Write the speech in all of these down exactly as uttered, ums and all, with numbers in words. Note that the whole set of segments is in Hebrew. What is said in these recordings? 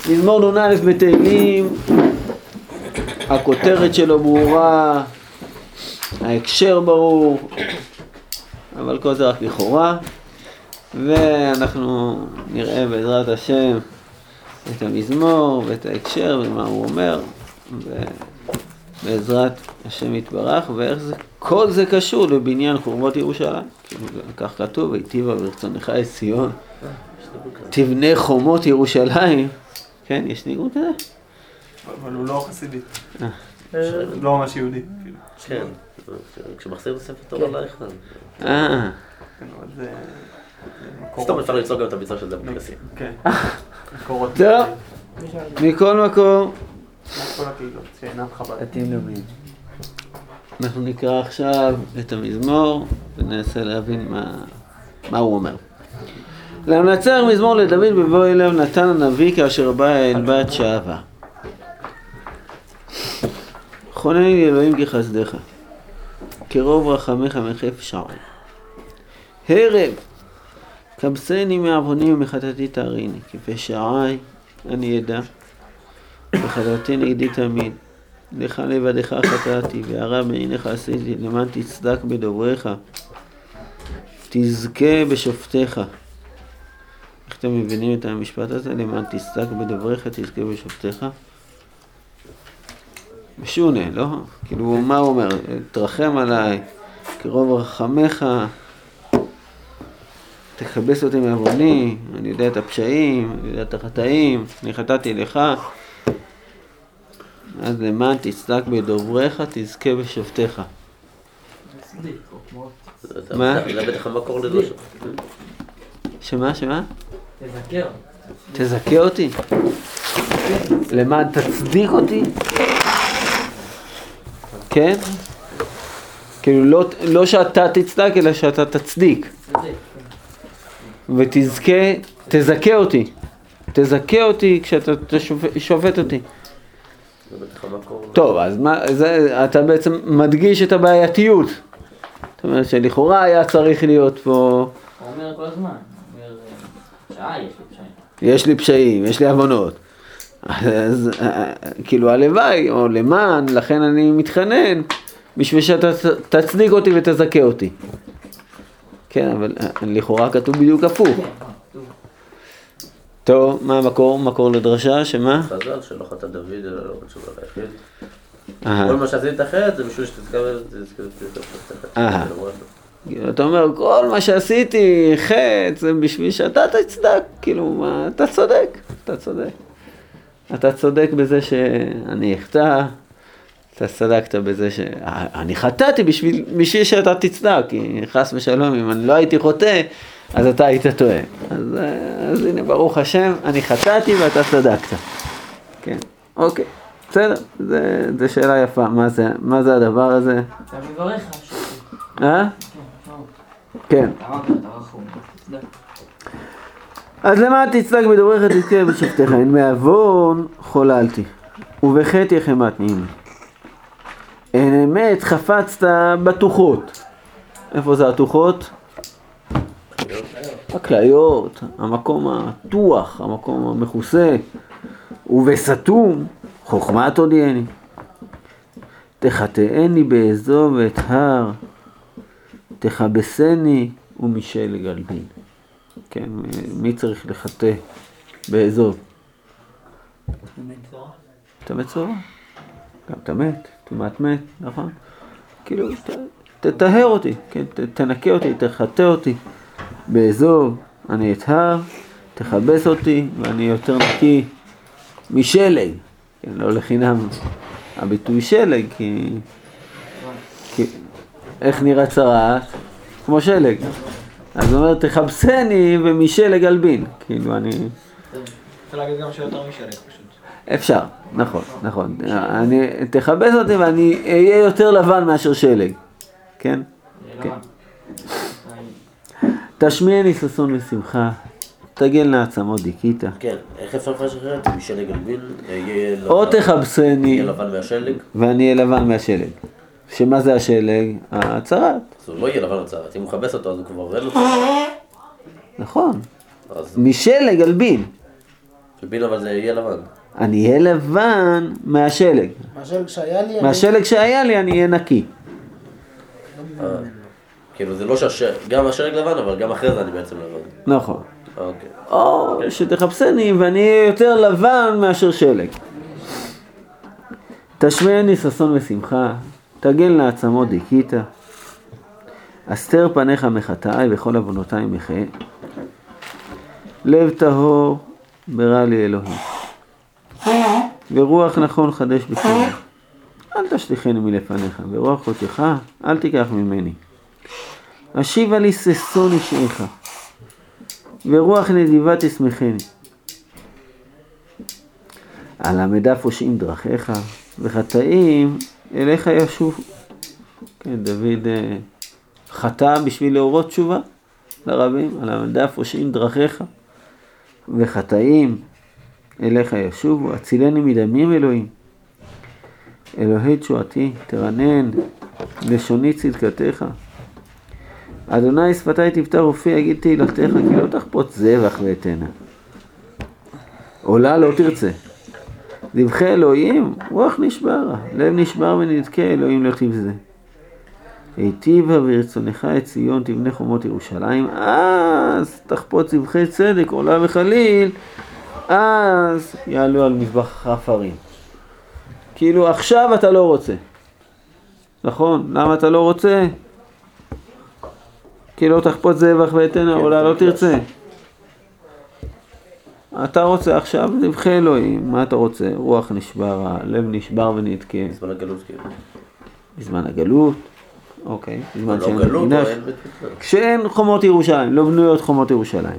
מזמור נ"א בתהילים, הכותרת שלו ברורה, ההקשר ברור, אבל כל זה רק לכאורה, ואנחנו נראה בעזרת השם את המזמור ואת ההקשר ומה הוא אומר, ובעזרת השם יתברך, ואיך זה, כל זה קשור לבניין חורבות ירושלים. כך כתוב, והיטיבה ברצונך את ציון, תבנה חומות ירושלים. כן, יש ניגון כזה? אבל הוא לא חסידי. לא ממש יהודי. כן, כשמחזיר את הספר תורה לאיכנן. אה. סתם אפשר ליצור גם את הביצוע של זה בקלסים. כן. טוב, מכל מקום. כל הקהילות שאינם חב"ד. אנחנו נקרא עכשיו את המזמור וננסה להבין מה, מה הוא אומר. למנצח מזמור לדוד בבוא אליו נתן הנביא כאשר בא אל בת שעבה. חונני לי אלוהים כחסדך, כרוב רחמך מחף שערי. הרב, כבסני מעווני ומחטאתי תאריני, כפשעי אני אדע, וחטאתי נגדי תמיד. לך לבדך חטאתי, והרע בעיניך עשיתי, למען תצדק בדבריך, תזכה בשופטיך. איך אתם מבינים את המשפט הזה? למען תצדק בדבריך, תזכה בשופטיך. משונה, לא? כאילו, מה הוא אומר? תרחם עליי, כרוב רחמך, תכבס אותי מעווני, אני יודע את הפשעים, אני יודע את החטאים, אני חטאתי לך. אז למען תצדק בדבריך, תזכה בשופטיך. מה? זה בטח המקור לדרשות. שמה? שמה? תזכר. תזכה אותי? למען תצדיק אותי? כן? כאילו לא, לא שאתה תצדק, אלא שאתה תצדיק. ותזכה, תזכה אותי. תזכה אותי כשאתה שופט אותי. טוב, אז מה, זה, אתה בעצם מדגיש את הבעייתיות. זאת אומרת שלכאורה היה צריך להיות פה... הוא אומר כל הזמן, הוא אומר, שעה יש לי פשעים. יש לי פשעים, יש לי עוונות. אז כאילו הלוואי, או למען, לכן אני מתחנן, בשביל שאתה תצדיק אותי ותזכה אותי. כן, אבל לכאורה כתוב בדיוק הפוך. טוב, מה המקור? מקור לדרשה, שמה? חז"ל שלא חטא דוד אלא לא בתשובה ליחיד. כל מה שעשית אחרת זה בשביל שתזכר את אתה אומר, כל מה שעשיתי חטא זה בשביל שאתה תצדק, כאילו, אתה צודק, אתה צודק. אתה צודק בזה שאני אחטא, אתה צדקת בזה שאני חטאתי בשביל, בשביל שאתה תצדק, כי חס ושלום, אם אני לא הייתי חוטא, אז אתה היית טועה. אז, אז הנה, ברוך השם, אני חטאתי ואתה צדקת. כן, אוקיי, בסדר, זה, זה שאלה יפה, מה זה, מה זה הדבר הזה? אתה מברך לך. אה? כן. אמרת, אתה רחום. אז למה תצדק בדבריך תזכה בשופטיך? אין מעוון חוללתי, ובחטא יחמתני. אין אמת חפצת בטוחות. איפה זה הטוחות? הכליות, המקום הטוח, המקום המכוסה. ובסתום חוכמה תודיעני. תחטאני באזוב את הר, תכבסני ומשלג אלבין. כן, מי צריך לחטא באזוב? אתה מצורע? גם אתה מת, תומת מת, נכון? כאילו, תטהר אותי, כן, תנקה אותי, תחטא אותי באזוב, אני אטהר, תכבס אותי ואני יותר נקי משלג. כן, לא לחינם הביטוי שלג, כי, כי איך נראה צרעת? כמו שלג. אז הוא אומר, תחבסני ומשלג אלבין. כאילו, אני... אפשר להגיד גם שיותר משלג פשוט. אפשר, נכון, נכון. אני, תחבס אותי ואני אהיה יותר לבן מאשר שלג. כן? כן. תשמיעני ששון ושמחה, תגלנה עצמות דיכית. כן, איך אפשר לפרש אחרת? משלג אלבין, יהיה לבן... או תחבסני... יהיה לבן מהשלג? ואני אהיה לבן מהשלג. שמה זה השלג? הצרת. אז הוא לא יהיה לבן הצרת, אם הוא מחבס אותו אז הוא כבר רל אותו. נכון. משלג אלבין. ובין אבל זה יהיה לבן. אני אהיה לבן מהשלג. מהשלג שהיה לי... מהשלג שהיה לי אני אהיה נקי. כאילו זה לא שהשלג, גם השלג לבן, אבל גם אחרי זה אני בעצם לבן. נכון. אוקיי. או שתחפשני ואני אהיה יותר לבן מאשר שלג. תשמעני ששון ושמחה, תגל לעצמות דיכית, אסתר פניך מחטאי וכל עוונותיי מחטא, לב טהור ברא לי אלוהים, ורוח נכון חדש בקרבי, אל תשליכני מלפניך, ורוח קודשך אל תיקח ממני. השיבה לי ששון ישעך, ורוח נדיבה תשמחני. על המדע פושעים דרכיך, וחטאים אליך ישוב. כן, דוד חטא בשביל להורות תשובה לרבים. על המדע פושעים דרכיך, וחטאים אליך ישובו. הצילני מדמים אלוהים. אלוהי תשועתי, תרנן לשוני צדקתך. אדוני שפתי תפתח ופי, יגיד תהילתך, כי לא תחפוץ זבח ואתנה. עולה לא תרצה. דבחי אלוהים, רוח נשברה, לב נשבר ונדכה, אלוהים לא תבזה. היטיבה ורצונך את ציון, תבנה חומות ירושלים, אז תחפוץ דבחי צדק, עולה וחליל, אז יעלו על מזבח עפרים. כאילו עכשיו אתה לא רוצה. נכון? למה אתה לא רוצה? כי לא תחפוץ זבח ואתנה, עולה לא תרצה. אתה רוצה עכשיו דבחי אלוהים, מה אתה רוצה? רוח נשברה, לב נשבר ונתקה. בזמן הגלות כאילו. בזמן הגלות, אוקיי. בזמן לא גלות, או אין בית מקדש. כשאין חומות ירושלים, לא בנויות חומות ירושלים.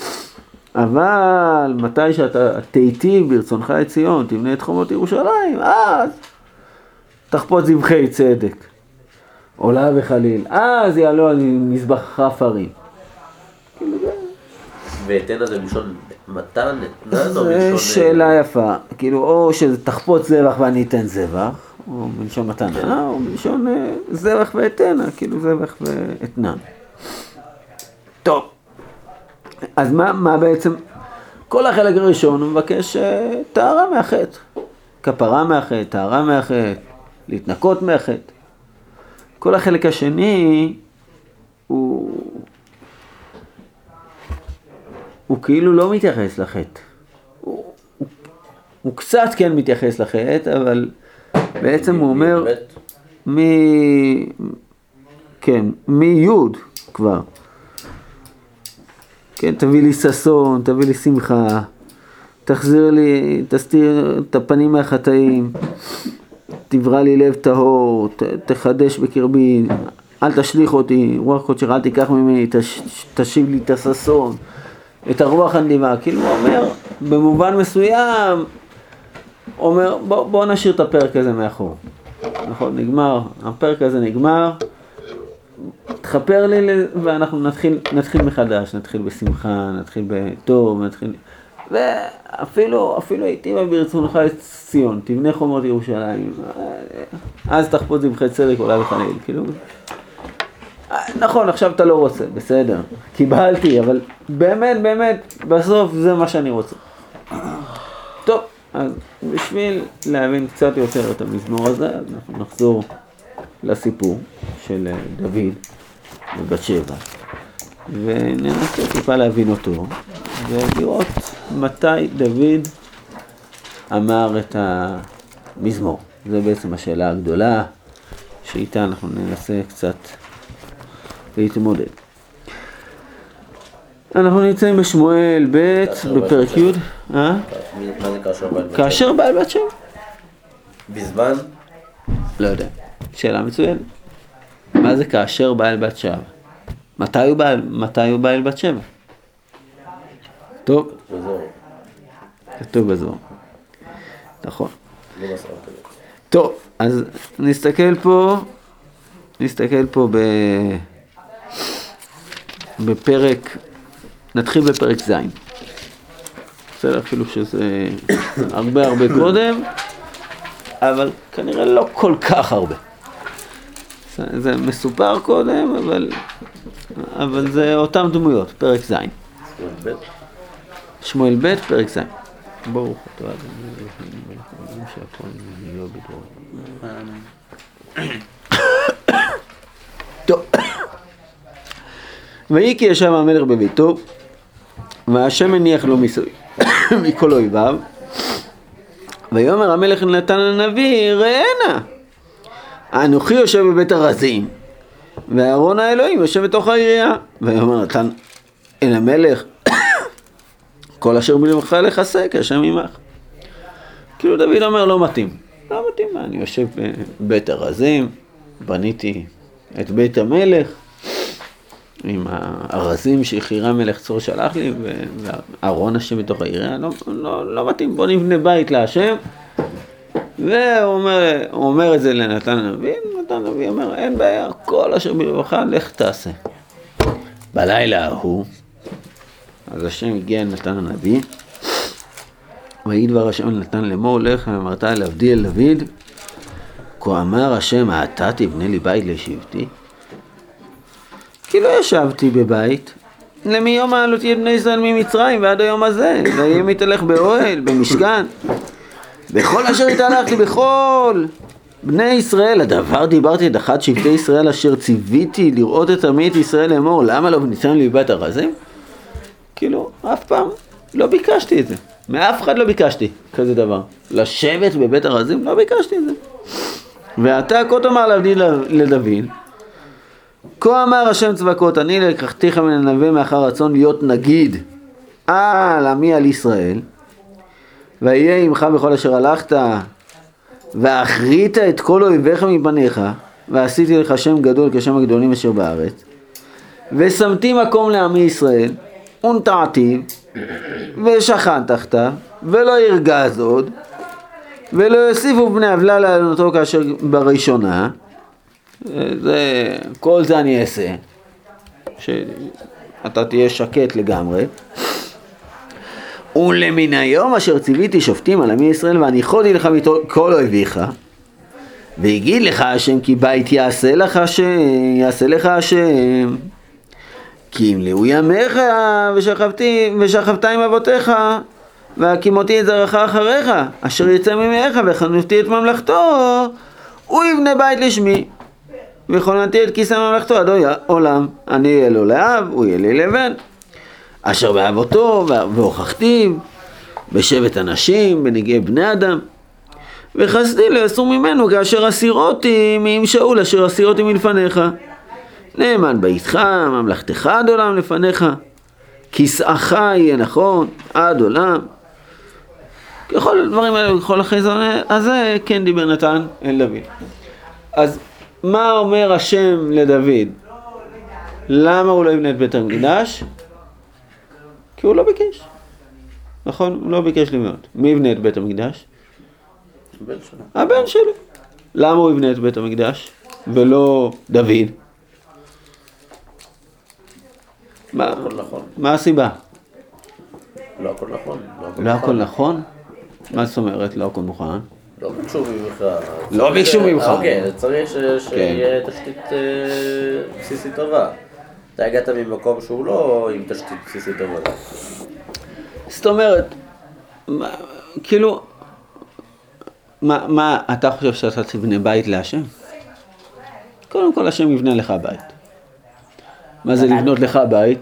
אבל מתי שאתה תיטיב ברצונך את ציון, תבנה את חומות ירושלים, אז תחפוץ דבחי צדק. עולה וחליל, אז יעלו על מזבח עפרים. כאילו זה... ואתנה זה מלשון מתן, אתנן או זו מלשון... שאלה יפה, כאילו או שזה תחפוץ זבח ואני אתן זבח, או מלשון מתנה, או מלשון זבח ואתנה, כאילו זבח ואתנן. טוב, אז מה, מה בעצם, כל החלק הראשון הוא מבקש טהרה מהחטא, כפרה מהחטא, טהרה מהחטא, להתנקות מהחטא. כל החלק השני הוא... הוא כאילו לא מתייחס לחטא. הוא, הוא, הוא קצת כן מתייחס לחטא, אבל בעצם הוא אומר, מ... כן, מיוד כבר. כן, תביא לי ששון, תביא לי שמחה, תחזיר לי, תסתיר את הפנים מהחטאים, תברא לי לב טהור, ת, תחדש בקרבי, אל תשליך אותי, רוח קודשך אל תיקח ממני, תש, תשיב לי את הששון. את הרוח הנדיבה, כאילו הוא אומר, במובן מסוים, אומר, בוא, בוא נשאיר את הפרק הזה מאחור. נכון, נגמר, הפרק הזה נגמר, תחפר לי ואנחנו נתחיל, נתחיל מחדש, נתחיל בשמחה, נתחיל בטוב, נתחיל... ואפילו, אפילו היטיבה ברצונך את ציון, תבנה חומות ירושלים, אז תחפוץ דבחי צדק עולה וחליל, כאילו... נכון, עכשיו אתה לא רוצה, בסדר, קיבלתי, אבל באמת, באמת, בסוף זה מה שאני רוצה. טוב, אז בשביל להבין קצת יותר את המזמור הזה, אז אנחנו נחזור לסיפור של דוד ובת שבע, וננסה טיפה להבין אותו, ולראות מתי דוד אמר את המזמור. זה בעצם השאלה הגדולה, שאיתה אנחנו ננסה קצת להתמודד. אנחנו נמצאים בשמואל ב' בפרק י'. מה זה כאשר בעל בת שבע? כאשר בעל בת שבע? בזמן? לא יודע. שאלה מצוינת. מה זה כאשר בעל בת שבע? מתי הוא בעל, מתי הוא בעל בת שבע? טוב. בזור. כתוב בזור. נכון. לא מסער כזה. טוב, אז נסתכל פה, נסתכל פה ב... בפרק, נתחיל בפרק ז'. בסדר, אפילו שזה הרבה הרבה קודם, אבל כנראה לא כל כך הרבה. זה, זה מסופר קודם, אבל, אבל זה אותם דמויות, פרק ז'. שמואל ב'. שמואל ב', פרק ז'. ברוך אתה אדוני אלוהינו שהכל נהיה בדברו. טוב. ויהי כי ישב המלך בביתו, והשם הניח לו מכל אויביו, ויאמר המלך נתן הנביא, ראה נא, אנוכי יושב בבית הרזים, ואהרון האלוהים יושב בתוך העירייה. ויאמר נתן אל המלך, כל אשר בלבך לכסה, כי השם עמך. כאילו דוד אומר, לא מתאים. לא מתאים, אני יושב בבית הרזים, בניתי את בית המלך, עם הארזים שחירם מלך צור שלח לי, ואהרון השם בתוך העירייה, לא, לא, לא מתאים, בוא נבנה בית להשם. והוא אומר, הוא אומר את זה לנתן הנביא, נתן הנביא אומר, אין בעיה, כל אשר בלבך, לך תעשה. בלילה ההוא, אז השם הגיע לנתן הנביא, ויהי דבר השם לנתן לאמור, לך ואמרת אל עבדי אל דוד, כה אמר השם, אתה תבנה לי בית לשבטי? כי לא ישבתי בבית, למיום העלותי את בני ישראל ממצרים ועד היום הזה, ויהיה מתהלך באוהל, במשכן, בכל אשר התהלכתי בכל בני ישראל, הדבר דיברתי את אחד שבטי ישראל אשר ציוויתי לראות את עמי את ישראל לאמור, למה לא ניתן לי בית הרזים? כאילו, אף פעם לא ביקשתי את זה, מאף אחד לא ביקשתי כזה דבר, לשבת בבית הרזים, לא ביקשתי את זה. ואתה כה תאמר לעבדי לדוד, כה אמר השם צבקות, אני לקחתיך מן הנביא מאחר רצון להיות נגיד על עמי על ישראל, ויהיה עמך בכל אשר הלכת, ואחרית את כל אויביך מפניך, ועשיתי לך שם גדול כשם הגדולים אשר בארץ, ושמתי מקום לעמי ישראל, ונטעתי, ושכן תחתיו, ולא ירגז עוד, ולא יוסיפו בני עוולה לענותו כאשר בראשונה. זה, כל זה אני אעשה, שאתה תהיה שקט לגמרי. ולמן היום אשר ציוויתי שופטים על עמי ישראל, והניחותי לך מכל אויביך, והגיד לך השם כי בית יעשה לך השם, יעשה לך השם, כי ימלאו ימיך ושכבתי ושכבת עם אבותיך, והקימותי את זרעך אחריך, אשר יצא ממך וחנפתי את ממלכתו, הוא יבנה בית לשמי, וכוננתי את כיסא ממלכתו עד עולם, אני אהיה לו לאב, הוא יהיה לי לבן, אשר באבותו והוכחתיו, בשבט אנשים, בנגעי בני אדם, וחסדי לא יסור ממנו כאשר אסירותי מעם שאול אשר אסירותי מלפניך, נאמן ביתך, ממלכתך עד עולם לפניך, כיסאך יהיה נכון עד עולם. ככל הדברים האלה, ככל החיזון הזה, כן דיבר נתן אל דוד. אז מה אומר השם לדוד? למה הוא לא יבנה את בית המקדש? כי הוא לא ביקש. נכון? הוא לא ביקש לבנות. מי יבנה את בית המקדש? הבן שלו. הבן שלו. למה הוא יבנה את בית המקדש? ולא דוד? מה, הכל נכון. מה הסיבה? לא הכל נכון. לא הכל נכון? מה זאת אומרת לא הכל מוכן? לא ביקשו ממך. לא ביקשו ממך. אוקיי, צריך שיהיה תשתית בסיסית טובה. אתה הגעת ממקום שהוא לא עם תשתית בסיסית טובה. זאת אומרת, כאילו, מה, מה, אתה חושב שאתה תבנה בית להשם? קודם כל השם יבנה לך בית. מה זה לבנות לך בית?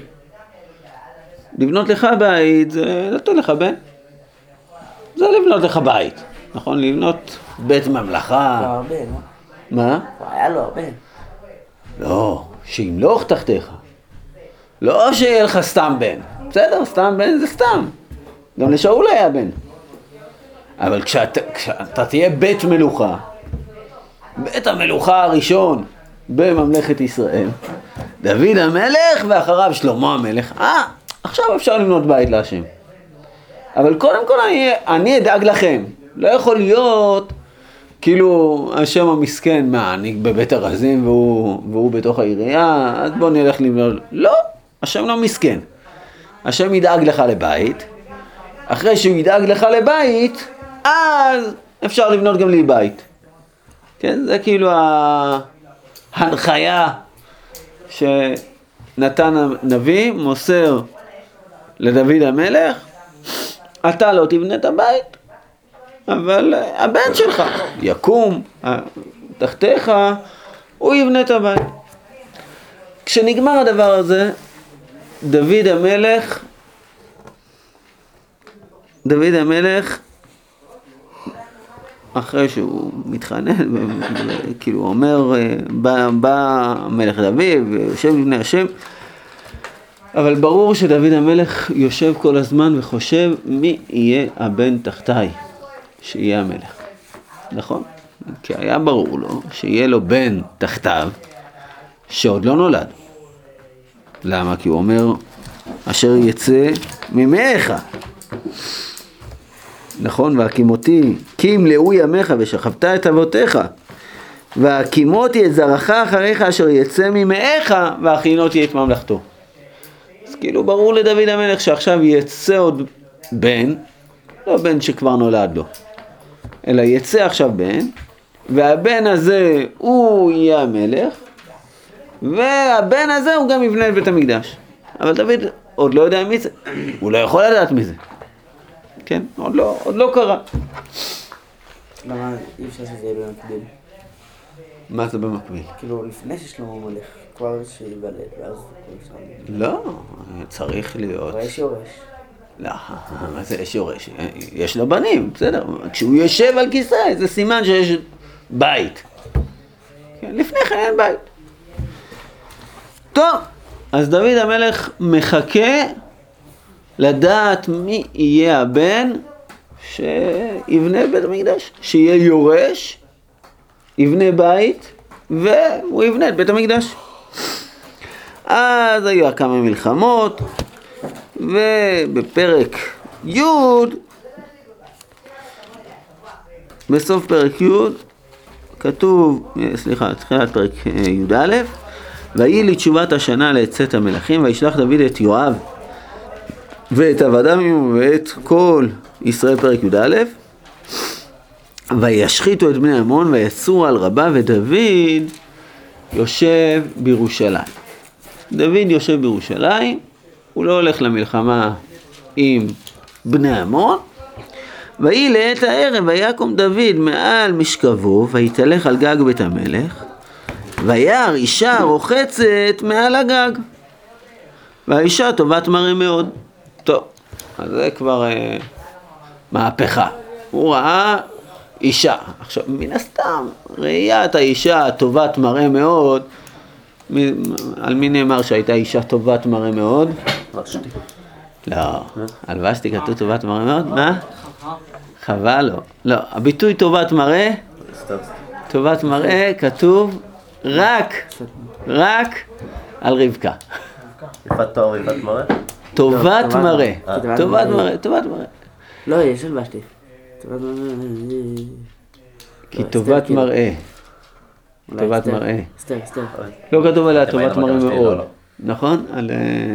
לבנות לך בית זה לתת לך בן. זה לבנות לך בית. נכון? לבנות בית ממלכה. הרבה, לא? מה? היה לו הרבה. לא, שימלוך תחתיך. לא שיהיה לך סתם בן. בסדר, סתם בן זה סתם. גם לשאול היה בן. אבל כשאתה, כשאתה תהיה בית מלוכה, בית המלוכה הראשון בממלכת ישראל, דוד המלך ואחריו שלמה המלך, אה, עכשיו אפשר לבנות בית להשם. אבל קודם כל אני, אני אדאג לכם. לא יכול להיות כאילו השם המסכן, מה, אני בבית הרזים והוא, והוא בתוך העירייה, אז בוא נלך לבנות. לא, השם לא מסכן. השם ידאג לך לבית. אחרי שהוא ידאג לך לבית, אז אפשר לבנות גם לי בית. כן, זה כאילו ההנחיה שנתן הנביא מוסר לדוד המלך, אתה לא תבנה את הבית, אבל הבן שלך יקום תחתיך, הוא יבנה את הבית. כשנגמר הדבר הזה, דוד המלך, דוד המלך, אחרי שהוא מתחנן, כאילו אומר, בא, בא מלך דוד ויושב לפני השם, אבל ברור שדוד המלך יושב כל הזמן וחושב מי יהיה הבן תחתיי שיהיה המלך. נכון? כי היה ברור לו שיהיה לו בן תחתיו שעוד לא נולד. למה? כי הוא אומר, אשר יצא ממך. נכון? והקימותי, כי ימלאו ימיך ושכבת את אבותיך, והקימותי את זרעך אחריך אשר יצא ממך, והכינותי את ממלכתו. אז כאילו ברור לדוד המלך שעכשיו יצא עוד בן, לא בן שכבר נולד לו, אלא יצא עכשיו בן, והבן הזה הוא יהיה המלך, והבן הזה הוא גם יבנה את בית המקדש. אבל דוד עוד לא יודע מי זה, הוא לא יכול לדעת מי זה. כן, עוד לא, עוד לא קרה. למה אי אפשר שזה יהיה במקביל? מה זה במקביל? כאילו לפני ששלמה מלך, כבר שיוולד, ואז אפשר... לא, צריך להיות... אבל יש יורש. לא, מה זה יש יורש? יש לו בנים, בסדר. כשהוא יושב על כיסא, זה סימן שיש בית. כן, לפני כן אין בית. טוב, אז דוד המלך מחכה לדעת מי יהיה הבן שיבנה בית המקדש, שיהיה יורש, יבנה בית, והוא יבנה את בית המקדש. אז היו כמה מלחמות, ובפרק י', בסוף פרק י', כתוב, סליחה, תחילת פרק י' א', ויהי לתשובת השנה לצאת המלכים, וישלח דוד את יואב, ואת עבדם ואת כל ישראל, פרק י' א', וישחיתו את בני עמון ויצאו על רבה, ודוד יושב בירושלים. דוד יושב בירושלים, הוא לא הולך למלחמה עם בני עמון. ויהי לעת הערב ויקום דוד מעל משכבו ויתהלך על גג בית המלך, וירא אישה רוחצת מעל הגג, והאישה טובת מראה מאוד. טוב, אז זה כבר אה, מהפכה. הוא ראה אישה. עכשיו, מן הסתם, ראיית האישה טובת מראה מאוד, מ- על מי נאמר שהייתה אישה טובת מראה מאוד? ושתי. לא, על ושתי כתוב טובת מראה מאוד? מה? חבל לא. לא, הביטוי טובת מראה, טובת מראה כתוב רק, רק על רבקה. יפת תואר ויפת מראה? טובת מראה, טובת טובת מראה. מראה, טובת מראה. לא, יש על בשתי. טובת מראה. כי טובת מראה, אולי טובת אסתר. מראה. אסתר, אסתר. לא כתוב עליה אתם טובת הייתם מראה מכבי שלי, מאוד, לא, לא. נכון? על... אה,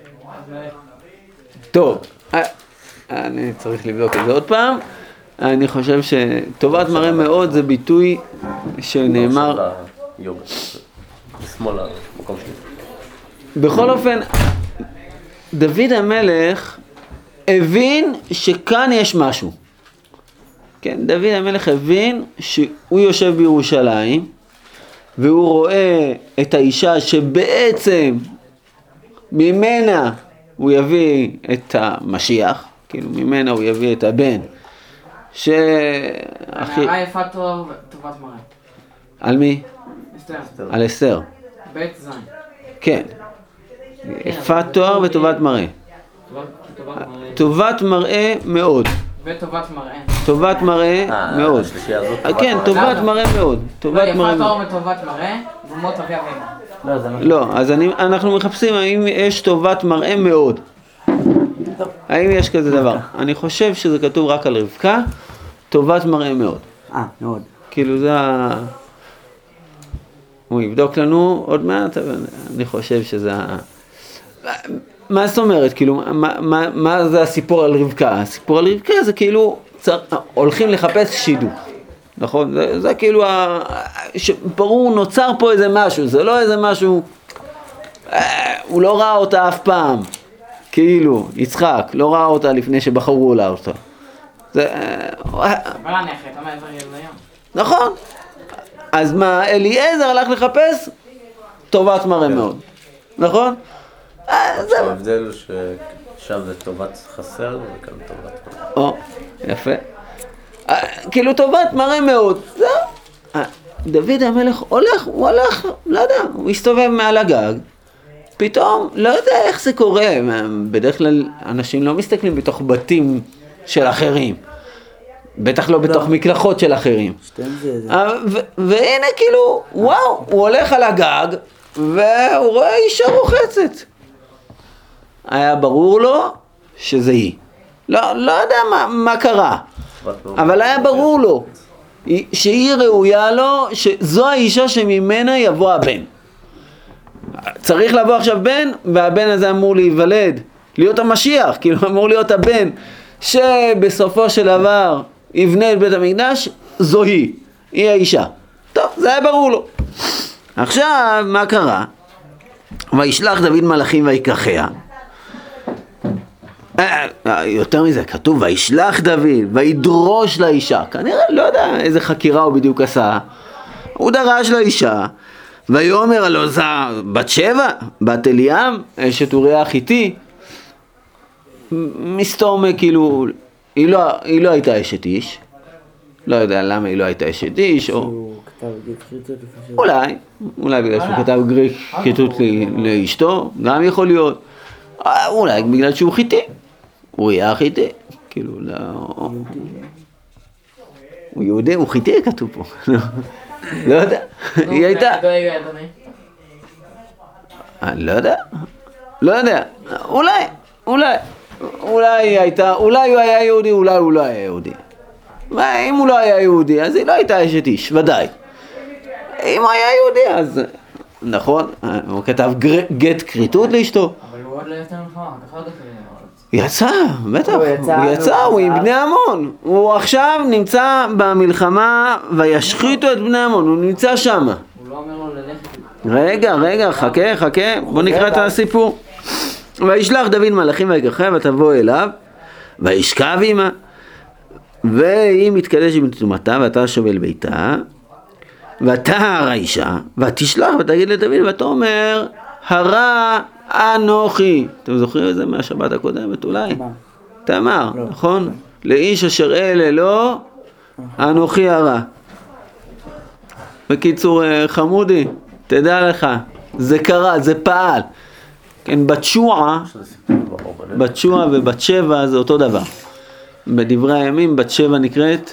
טוב, אה, אני צריך לבדוק את זה עוד פעם. אני חושב שטובת מראה מאוד זה ביטוי שנאמר... יוגה. שמאל למקום שלי. בכל אופן, דוד המלך הבין שכאן יש משהו. כן, דוד המלך הבין שהוא יושב בירושלים, והוא רואה את האישה שבעצם ממנה הוא יביא את המשיח, כאילו ממנה הוא יביא את הבן. ש... הנערה יפה טוב, טובת מראה. על מי? אסתר. על אסתר. בית זין. כן. יפת תואר וטובת מראה. טובת מראה. טובת מראה מאוד. וטובת מראה. טובת מראה אה, מאוד. השלישייה הזאת, אה, טובת כן, מראה. טובת למה? מראה מאוד. לא, טובת מראה יפת מאוד. תואר וטובת מראה, ומות אבי אבינו. לא, זה מה... לא, אז אני, אנחנו מחפשים האם יש טובת מראה מאוד. האם יש כזה דבר? אני חושב שזה כתוב רק על רבקה, טובת מראה מאוד. אה, מאוד. כאילו זה ה... הוא יבדוק לנו עוד מעט, אבל אני חושב שזה ה... מה זאת אומרת? כאילו, מה, מה, מה זה הסיפור על רבקה? הסיפור על רבקה זה כאילו, צר... הולכים לחפש שידוך. נכון? זה, זה כאילו, ה... ברור, נוצר פה איזה משהו, זה לא איזה משהו, אה, הוא לא ראה אותה אף פעם. כאילו, יצחק, לא ראה אותה לפני שבחרו לה אותה. זה... אבל אני אחרי, אתה מעבר לים. נכון. אז מה, אליעזר הלך לחפש? טובת מראה מאוד. נכון? ההבדל הוא ששם זה טובת חסר וכאן טובת מראה. או, יפה. כאילו טובת מראה מאוד. זהו. דוד המלך הולך, הוא הולך, לא יודע, הוא הסתובב מעל הגג. פתאום, לא יודע איך זה קורה. בדרך כלל אנשים לא מסתכלים בתוך בתים של אחרים. בטח לא בתוך מקלחות של אחרים. והנה כאילו, וואו, הוא הולך על הגג, והוא רואה אישה רוחצת. היה ברור לו שזה היא. לא, לא יודע מה, מה קרה, אבל היה ברור לו שהיא ראויה לו, שזו האישה שממנה יבוא הבן. צריך לבוא עכשיו בן, והבן הזה אמור להיוולד, להיות המשיח, כאילו אמור להיות הבן, שבסופו של דבר יבנה את בית המקדש, זו היא, היא האישה. טוב, זה היה ברור לו. עכשיו, מה קרה? וישלח דוד מלאכים ויקחיה. יותר מזה, כתוב, וישלח דוד, וידרוש לאישה. כנראה, לא יודע איזה חקירה הוא בדיוק עשה. הוא דרש לאישה, ויאמר הלא זו בת שבע, בת אליעם, אשת אוריה החיתי. מסתום, כאילו, היא לא, היא לא הייתה אשת איש. לא יודע למה היא לא הייתה אשת איש, או... אולי, אולי בגלל שהוא כתב גריק כתות לאשתו, גם יכול להיות. אולי בגלל שהוא חיתי. הוא יהיה חיתי. כאילו, לא... הוא יהודי, הוא חיתי כתוב פה. לא יודע, היא הייתה. אני לא יודע. לא יודע. אולי, אולי. אולי היא הייתה, אולי הוא היה יהודי, אולי הוא לא היה יהודי. אם הוא לא היה יהודי, אז היא לא הייתה אשת איש, ודאי. אם הוא היה יהודי, אז... נכון, הוא כתב גט כריתות לאשתו. אבל הוא עוד לא יצא מלחמה, אחר כך... יצא, בטח, הוא יצא, הוא עם בני עמון. הוא עכשיו נמצא במלחמה וישחיתו את בני עמון, הוא נמצא שם. הוא לא אומר לו ללכת. רגע, רגע, חכה, חכה, בוא נקרא את הסיפור. וישלח דוד מלאכים ויקחיה ותבוא אליו, וישכב עמה, והיא מתקדשת בתטומאתה, ואתה שוב אל ביתה, ותהר האישה, ותשלח ותגיד לדוד, ותאמר, הרע אנוכי. אתם זוכרים את זה מהשבת הקודמת אולי? תאמר, נכון? לאיש אשר אלה לא, אנוכי הרע. בקיצור, חמודי, תדע לך, זה קרה, זה פעל. כן, בת שועה, בת שועה ובת שבע זה אותו דבר. בדברי הימים בת שבע נקראת,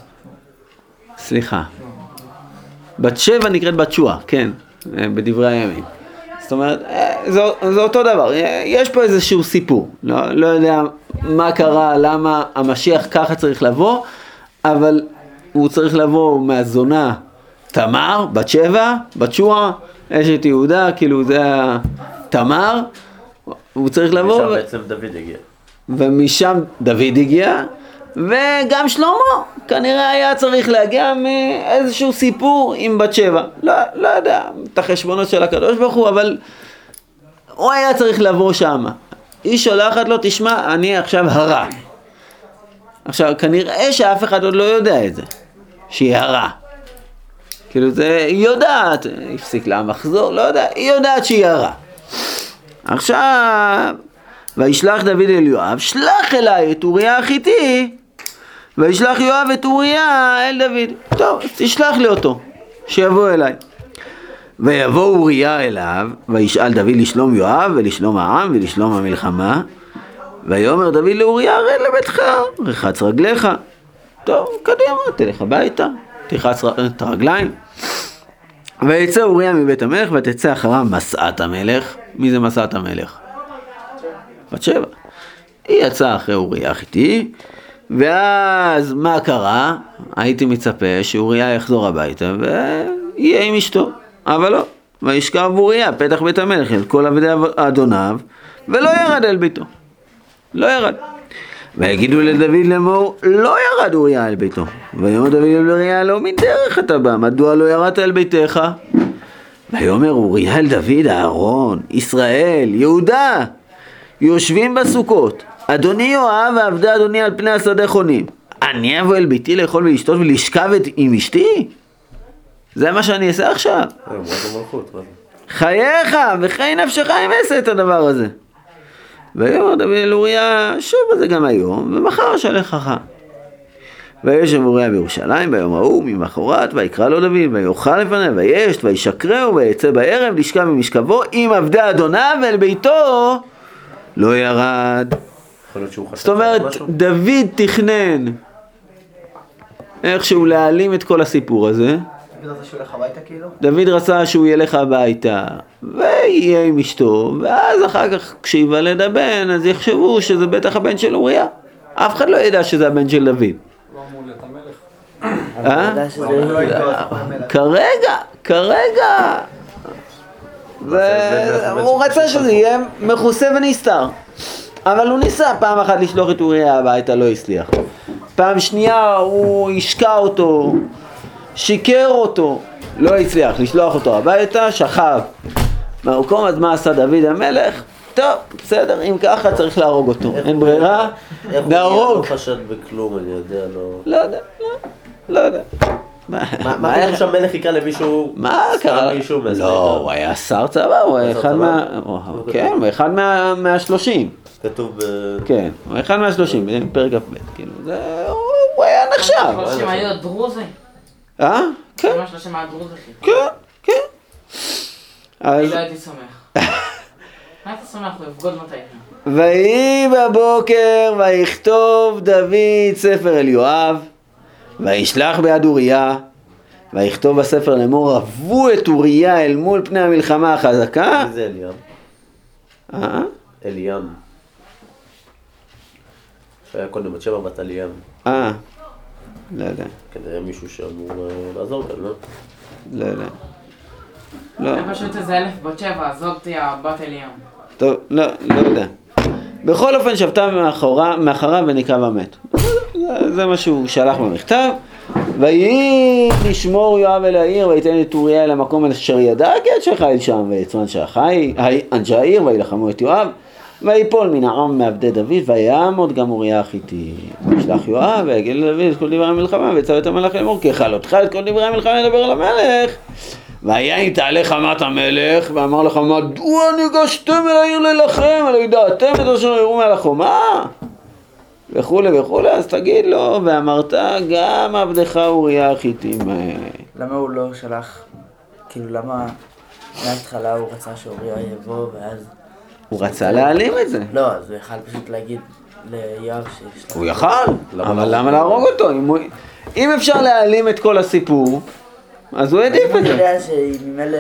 סליחה, בת שבע נקראת בת שועה, כן, בדברי הימים. זאת אומרת, זה, זה אותו דבר, יש פה איזשהו סיפור, לא, לא יודע מה קרה, למה המשיח ככה צריך לבוא, אבל הוא צריך לבוא מהזונה תמר, בת שבע, בת שועה, אשת יהודה, כאילו זה תמר, הוא צריך לבוא. ומשם בעצם דוד הגיע. ומשם דוד הגיע, וגם שלמה כנראה היה צריך להגיע מאיזשהו סיפור עם בת שבע. לא, לא יודע, את החשבונות של הקדוש ברוך הוא, אבל הוא היה צריך לבוא שם. היא שולחת לו, תשמע, אני עכשיו הרע. עכשיו, כנראה שאף אחד עוד לא יודע את זה, שהיא הרע. כאילו זה, היא יודעת, הפסיק לה מחזור, לא יודע, היא יודעת שהיא הרע. עכשיו, וישלח דוד אל יואב, שלח אליי את אוריה החיתי, וישלח יואב את אוריה אל דוד. טוב, תשלח לי אותו, שיבוא אליי. ויבוא אוריה אליו, וישאל דוד לשלום יואב ולשלום העם ולשלום המלחמה, ויאמר דוד לאוריה, רד לביתך, רחץ רגליך. טוב, קדימה, תלך הביתה, תרחץ את הרגליים. ויצא אוריה מבית המלך, ותצא אחריו מסעת המלך. מי זה מסעת המלך? בת שבע. היא יצאה אחרי אוריה החיתי, ואז מה קרה? הייתי מצפה שאוריה יחזור הביתה ויהיה עם אשתו, אבל לא. וישכב אוריה פתח בית המלך אל כל עבדי אדוניו, ולא ירד אל ביתו. לא ירד. ויגידו לדוד לאמור, לא ירד אוריה אל ביתו. ויאמר דוד אל אוריה, לא מדרך אתה בא, מדוע לא ירדת אל ביתך? ויאמר אוריה אל דוד, אהרון, ישראל, יהודה, יושבים בסוכות, אדוני יואב ועבדי אדוני על פני השדה חונים. אני אבוא אל ביתי לאכול ולשתות ולשכב עם אשתי? זה מה שאני אעשה עכשיו? חייך וחיי נפשך אם אעשה את הדבר הזה. ויאמר דוד אל אוריה, שוב בזה גם היום, ומחר שלח חכם. וישב אוריה בירושלים ביום ההוא ממחרת, ויקרא לו דוד, ויאכל לפניו, וישת, וישקרהו, ויצא בערב, לשכב במשכבו עם עבדי אדוניו, ואל ביתו לא ירד. זאת אומרת, דוד תכנן איכשהו להעלים את כל הסיפור הזה. דוד רצה שהוא ילך הביתה כאילו? דוד רצה שהוא ילך הביתה ויהיה עם אשתו, ואז אחר כך כשיוולד הבן אז יחשבו שזה בטח הבן של אוריה. אף אחד לא ידע שזה הבן של דוד. לא אמור להיות המלך. אה? כרגע, כרגע הוא רצה שזה יהיה מכוסה ונסתר, אבל הוא ניסה פעם אחת לשלוח את אוריה הביתה, לא הצליח. פעם שנייה הוא השקע אותו, שיקר אותו, לא הצליח לשלוח אותו הביתה, שכב במקום. אז מה עשה דוד המלך? טוב, בסדר, אם ככה צריך להרוג אותו, אין ברירה, נהרוג. איך הוא לא חשד בכלום, אני יודע, לא... לא יודע, לא יודע. מה איך שהמלך יקרא למישהו... מה קרה? לא, הוא היה שר צבא, הוא היה אחד מה... כן, הוא אחד מהשלושים. כתוב ב... כן, הוא אחד מהשלושים, פרק כ"ב, כאילו, הוא היה נחשב. שלושים היו דרוזי. אה? כן. ממש שלושים היה דרוזי. כן, כן. אני לא הייתי סומך. מה אתה סומך? הוא יבגוד מתי? ויהי בבוקר ויכתוב דוד ספר אל יואב, וישלח ביד אוריה, ויכתוב בספר לאמור, רבו את אוריה אל מול פני המלחמה החזקה. מי זה אליאם? אה? אליאם. שהיה קודם בת שבע בת אליאם. אה, לא יודע. כנראה מישהו שאמור לעזור כאן, לא? לא יודע. לא. אני פשוט איזה אלף בת שבע, אז זאת תהיה בת אליאם. טוב, לא, לא יודע. בכל אופן שבתה מאחריו ונקרא ומת. זה, זה מה שהוא שלח במכתב. ויהי לשמור יואב אל העיר, ויתן את אוריה אל המקום אשר ידע כי עד שחיל שם, ויצאו אנשי העיר וילחמו את יואב, ויפול מן העם מעבדי דוד, ויעמוד גם אוריה החיתי. וישלח יואב ויגיד לדוד את כל דברי המלחמה, ויצא את המלך לאמור, כי כלותך את כל דברי המלחמה לדבר על המלך. והיה אם תעלה חמת המלך, ואמר לך, מדוע ניגשתם אל העיר ללחם, על ידעתם את אשר יראו מעל החומה? וכולי וכולי, אז תגיד לו, ואמרת גם עבדך אוריה החיתי. למה הוא לא שלח, כאילו למה מההתחלה הוא רצה שאוריה יבוא ואז... הוא רצה להעלים את זה. לא, אז הוא יכל פשוט להגיד ליואב שישלח. הוא יכל, אבל למה להרוג אותו? אם אפשר להעלים את כל הסיפור, אז הוא העדיף את זה. אני יודע שממילא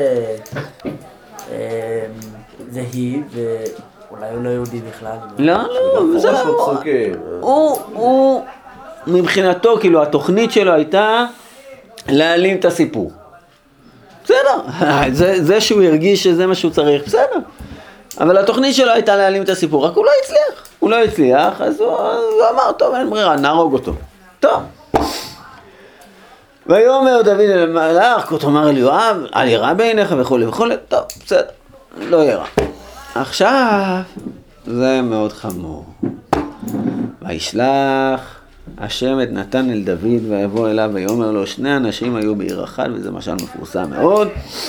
זה היא, ואולי הוא לא יהודי בכלל. לא, לא, זה לא. הוא, הוא, מבחינתו, כאילו, התוכנית שלו הייתה להעלים את הסיפור. בסדר, זה שהוא הרגיש שזה מה שהוא צריך, בסדר. אבל התוכנית שלו הייתה להעלים את הסיפור, רק הוא לא הצליח. הוא לא הצליח, אז הוא אמר, טוב, אין ברירה, נהרוג אותו. טוב. ויאמר דוד אל המלאך, כה תאמר אל יואב, אל ירא בעיניך וכולי וכולי, טוב, בסדר, לא ירא. עכשיו, זה מאוד חמור. וישלח השם את נתן אל דוד, ויבוא אליו ויאמר לו, שני אנשים היו בעיר אחת, וזה משל מפורסם מאוד.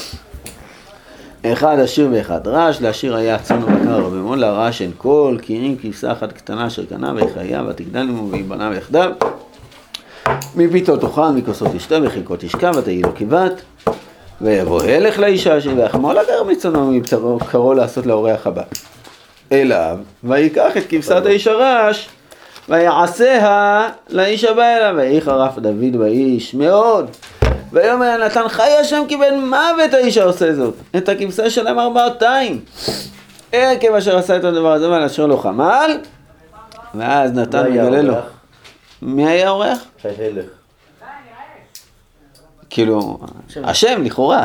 אחד עשיר ואחד רש, לעשיר היה צאן ובקר רבה מאוד, לרש אין קול, כי אם כבשה אחת קטנה אשר קנה ויחיה ותגדל עמו ויבנה יחדיו. מביתו תאכל, מכוסות תשתה, וחיקות תשכב, ותהי לו כבת. ויבוא הלך לאישה אשר ויחמול אגר מצונו מבצרו, קראו לעשות לאורח הבא. אליו, ויקח את כבשת האיש הרש, ויעשיה לאיש הבא אליו, ויהי חרף דוד באיש מאוד. ויאמר נתן חי השם כי בן מוות האיש העושה זאת, את הכבשה שלהם ארבעתיים. עקב אשר עשה את הדבר הזה, ועל אשר לא חמל. ואז נתן מגלה לו. מי היה האורח? הלך. כאילו, השם לכאורה.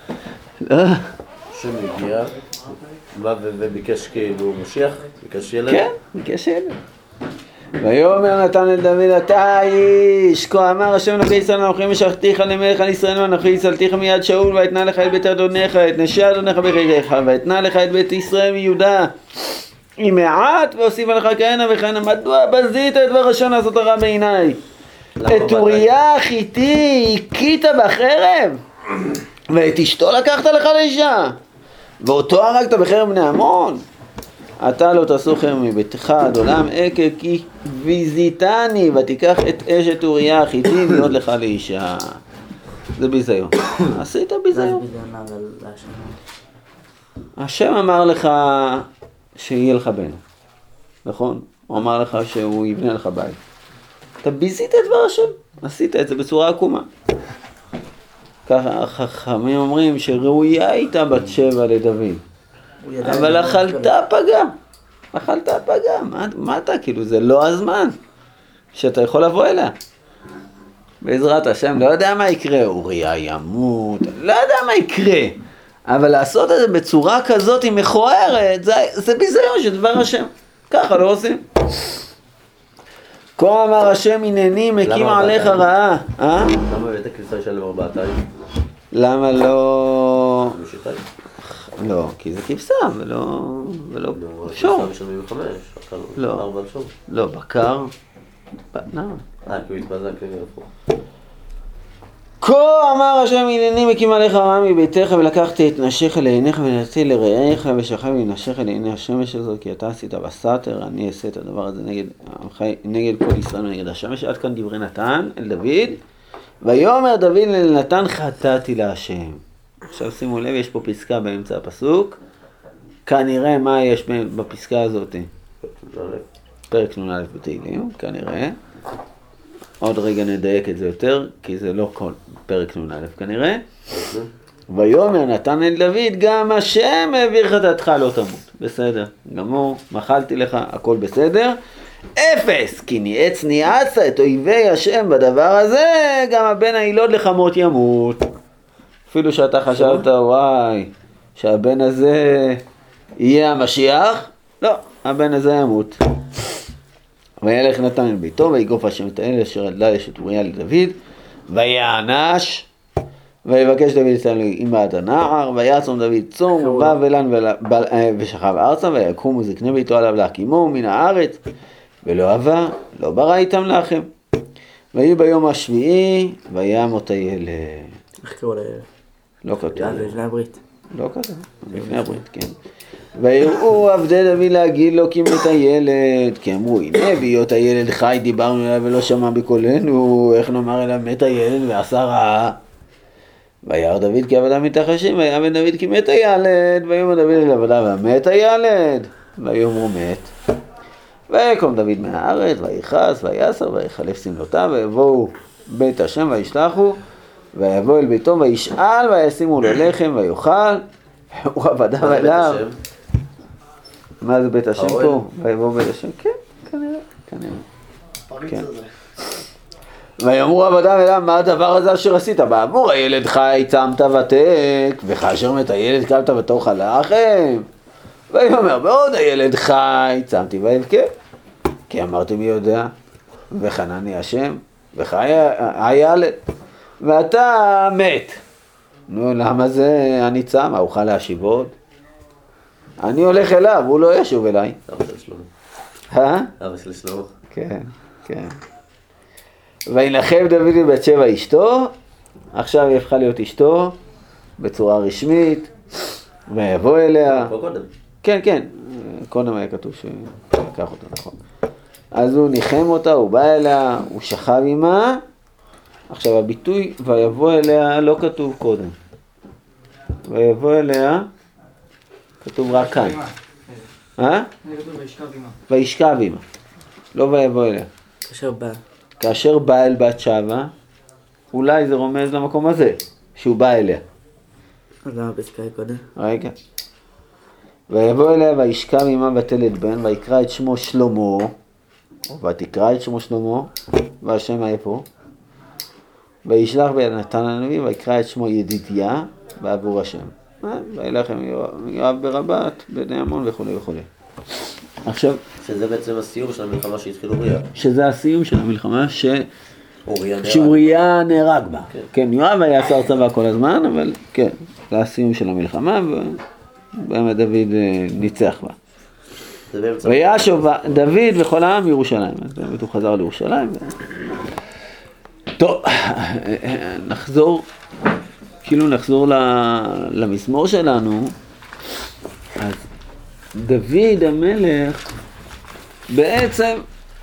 השם הגיע, בא וביקש כאילו משיח, ביקש ילד. כן, ביקש ילד. ויאמר נתן אל דוד, אתה איש, כה אמר השם אלוקי ישראל אנוכי משחתיך למלך על ישראל ואנוכי הצלתיך מיד שאול, ואתנה לך את בית אדונך, את נשי אדונך בחיתך, ואתנה לך את בית ישראל מיהודה. אם מעט והוסיף עליך כהנה וכהנה, מדוע בזית את דבר השם לעשות הרע בעיניי? את אוריה החיתי הכית בחרב, ואת אשתו לקחת לך לאישה, ואותו הרגת בחרב בני עמון. אתה לא תסוחר מביתך עד עולם עקב כי ויזיתני, ותיקח את אשת אוריה החיתי להיות לך לאישה. זה ביזיון. עשית ביזיון. השם אמר לך שיהיה לך בן, נכון? הוא אמר לך שהוא יבנה לך בית. אתה ביזית את דבר השם, עשית את זה בצורה עקומה. ככה החכמים אומרים שראויה הייתה בת שבע לדוד, אבל אכלתה פגם, אכלתה פגם. מה, מה אתה, כאילו זה לא הזמן שאתה יכול לבוא אליה. בעזרת השם, לא יודע מה יקרה, אוריה ימות, לא יודע מה יקרה, אבל לעשות את זה בצורה כזאת היא מכוערת, זה, זה ביזיון של דבר השם, ככה לא עושים. כה אמר השם הנני מקים עליך רעה. אה? למה בית הכניסה של ארבעתיים? למה לא... בשיטיים? לא, כי זה כבשה ולא... ולא... שור. כבשה משלמים בחמש, לא. ארבע על שור. לא, בקר. לא. אה, כי הוא התבזק להפוך. כה אמר השם הנני מקים עליך רעה מביתך, ולקחתי את נשיך לעיניך ונתתי לרעיך ושכב לנשיך לעיני השמש הזאת, כי אתה עשית בסתר, אני אעשה את הדבר הזה נגד, נגד כל ישראל ונגד השמש. עד כאן דברי נתן אל דוד. ויאמר דוד לנתן חטאתי להשם. עכשיו שימו לב, יש פה פסקה באמצע הפסוק, כנראה מה יש בפסקה הזאת? פרק נ"א בתהילים, כנראה. עוד רגע נדייק את זה יותר, כי זה לא כל פרק נ"א כנראה. ויאמר נתן אל דוד, גם השם העביר חטאתך לא תמות. בסדר, גמור, מחלתי לך, הכל בסדר. אפס, כי ניאץ ניאצת את אויבי השם בדבר הזה, גם הבן הילוד לך מות ימות. אפילו שאתה חשבת, וואי, שהבן הזה יהיה המשיח, לא, הבן הזה ימות. וילך נתן אל ביתו, ויגוף השם את האל אשר עדלה אשת אוריה לדוד, ויענש, ויבקש דוד את עם בעד הנער, ויעצום דוד צום, ובא ולן ושכב ארצה, ויקום וזקנה ביתו עליו להקימו מן הארץ, ולא אהבה, לא ברא איתם לחם. ויהי ביום השביעי, וימות הילד. איך קראו לילד? לא כתוב. לפני הברית. לא כתוב, לפני הברית, כן. ויראו עבדי דוד להגיד לו כי מת הילד, כי אמרו הנה בהיות הילד חי דיברנו אליו ולא שמע בקולנו, איך נאמר אליו מת הילד ועשה רעה. וירא דוד כי עבדיו מתרחשים, ויאמר דוד כי מת הילד, ויאמר דוד אל עבדיו ומת הילד, ויאמרו מת. ויקום דוד מהארץ, ויכעס, ויסר, ויחלף שמלותיו, ויבואו בית השם וישלחו, ויבוא אל ביתו וישאל, וישימו לו לחם ויאכל, הוא עבדיו אליו. מה זה בית השם פה? ויבוא בית השם? כן, כנראה, כנראה. כן. ויאמרו עבדיו אליו, מה הדבר הזה אשר עשית? בעבור הילד חי, צמת ותק, וכאשר מת הילד קמת ותאכל לחם. ויאמר, בעוד הילד חי, צמתי ואבכה, כי אמרתי מי יודע, וחנני השם, וחי הילד, ואתה מת. נו, למה זה אני צם? אוכל להשיב עוד? אני הולך אליו, הוא לא ישוב אליי. אבא של שלמה. אה? אבא של שלמה. כן, כן. וינחם דוד בבת שבע אשתו, עכשיו היא הפכה להיות אשתו, בצורה רשמית, ויבוא אליה. פה קודם. כן, כן, קודם היה כתוב שלקח אותה, נכון. אז הוא ניחם אותה, הוא בא אליה, הוא שכב עימה. עכשיו הביטוי ויבוא אליה לא כתוב קודם. ויבוא אליה, כתוב רק כאן. אה? זה כתוב וישכב עימה. וישכב עימה, לא ויבוא אליה. כאשר בא. כאשר בא אל בת שבע, אולי זה רומז למקום הזה, שהוא בא אליה. אז למה פסקה קודם? רגע. ויבוא אליה וישכב עימה ותלד בן, ויקרא את שמו שלמה, ותקרא את שמו שלמה, והשם היה פה. וישלח ביד נתן הנביא, ויקרא את שמו ידידיה, בעבור השם. וילך עם יואב ברבת, בני עמון וכו' וכו'. עכשיו, שזה בעצם הסיום של המלחמה שהתחיל אוריה. שזה הסיום של המלחמה ש... אוריה נהרג. שאוריה נהרג בה. כן. כן, יואב היה שר צבא כל הזמן, אבל כן, זה הסיום של המלחמה, ובאמת דוד ניצח בה. וישוב דוד וכל העם ירושלים. אז באמת הוא חזר לירושלים. טוב, נחזור, כאילו נחזור למזמור שלנו. אז דוד המלך בעצם,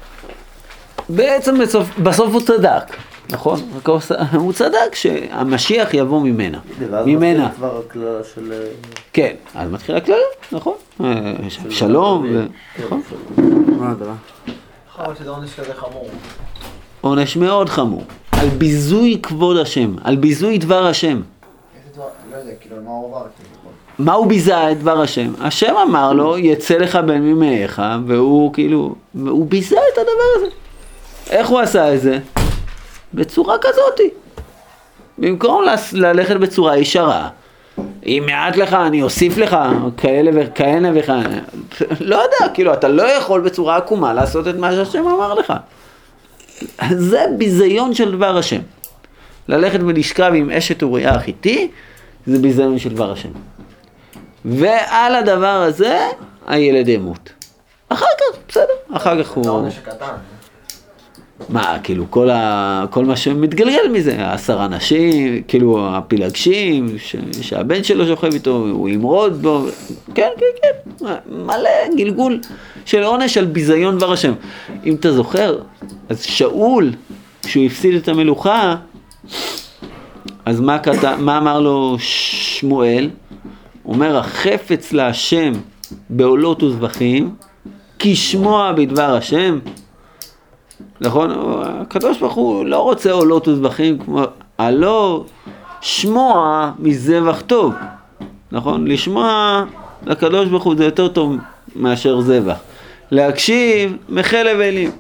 בעצם בסוף, בסוף הוא צדק, נכון? הוא צדק שהמשיח יבוא ממנה. ממנה. מתחיל כבר הכלל של... כן, אז מתחיל הכלל, נכון? שלום, נכון? מה הדבר? חבל שזה עונש כזה חמור. עונש מאוד חמור. על ביזוי כבוד השם, על ביזוי דבר השם. איזה דבר? לא יודע, כאילו, מה הוא עבר? מה הוא ביזה את דבר השם? השם אמר לו, יצא לך בן ממאיך, והוא כאילו, הוא ביזה את הדבר הזה. איך הוא עשה את זה? בצורה כזאתי. במקום ללכת בצורה ישרה, אם מעט לך, אני אוסיף לך, כאלה וכאלה וכאלה. לא יודע, כאילו, אתה לא יכול בצורה עקומה לעשות את מה שהשם אמר לך. זה ביזיון של דבר השם. ללכת ולשכב עם אשת אוריה החיתי, זה ביזיון של דבר השם. ועל הדבר הזה, הילד ימות. אחר כך, בסדר, אחר כך הוא... זה עונש הקטן. מה, כאילו, כל, ה... כל מה שמתגלגל מזה, עשרה נשים, כאילו, הפילגשים, ש... שהבן שלו שוכב איתו, הוא ימרוד בו, כן, כן, כן, מלא גלגול של עונש על ביזיון דבר השם. אם אתה זוכר, אז שאול, כשהוא הפסיד את המלוכה, אז מה, כת... מה אמר לו שמואל? הוא אומר, החפץ להשם בעולות וזבחים, כי שמוע בדבר השם. נכון? הקדוש ברוך הוא לא רוצה עולות וזבחים כמו, הלא שמוע מזבח טוב. נכון? לשמוע לקדוש ברוך הוא זה יותר טוב מאשר זבח. להקשיב מחלב אלים.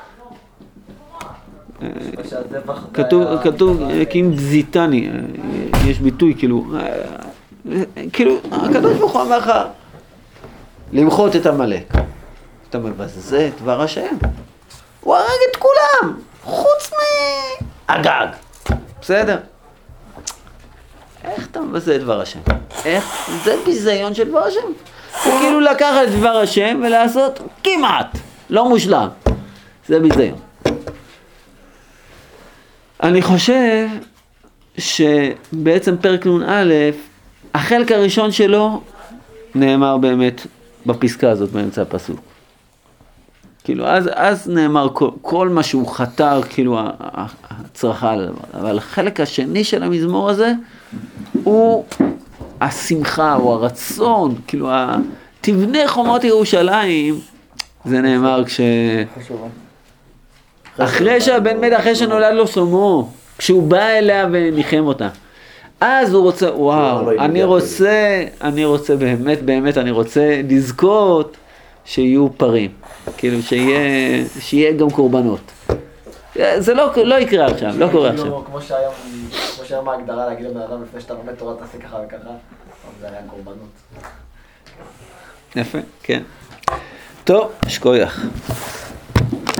כתוב, כתוב, כאילו זיתני, יש ביטוי כאילו, כאילו, הקדוש ברוך הוא אמר לך למחות את המלך. אתה מבזה את דבר השם. הוא הרג את כולם, חוץ מהגג. בסדר? איך אתה מבזה את דבר השם? איך? זה ביזיון של דבר השם. הוא כאילו לקח את דבר השם ולעשות כמעט, לא מושלם. זה ביזיון. אני חושב שבעצם פרק נ"א, החלק הראשון שלו נאמר באמת בפסקה הזאת באמצע הפסוק. כאילו, אז, אז נאמר כל, כל מה שהוא חתר, כאילו, הצרחה על הדבר. אבל החלק השני של המזמור הזה, הוא השמחה, או הרצון, כאילו, תבנה חומות ירושלים, זה נאמר כש... אחרי שהבן מת, אחרי שנולד לו שלמה, כשהוא בא אליה וניחם אותה. אז הוא רוצה, וואו, אני רוצה, אני רוצה באמת, באמת, אני רוצה לזכות שיהיו פרים. כאילו, שיהיה, שיהיה גם קורבנות. זה לא, לא יקרה עכשיו, לא קורה עכשיו. כמו שהיום, כמו שהיום ההגדרה להגיד לבן אדם לפני שאתה לומד תורה תעשה ככה וככה, זה היה קורבנות. יפה, כן. טוב, שכוייך.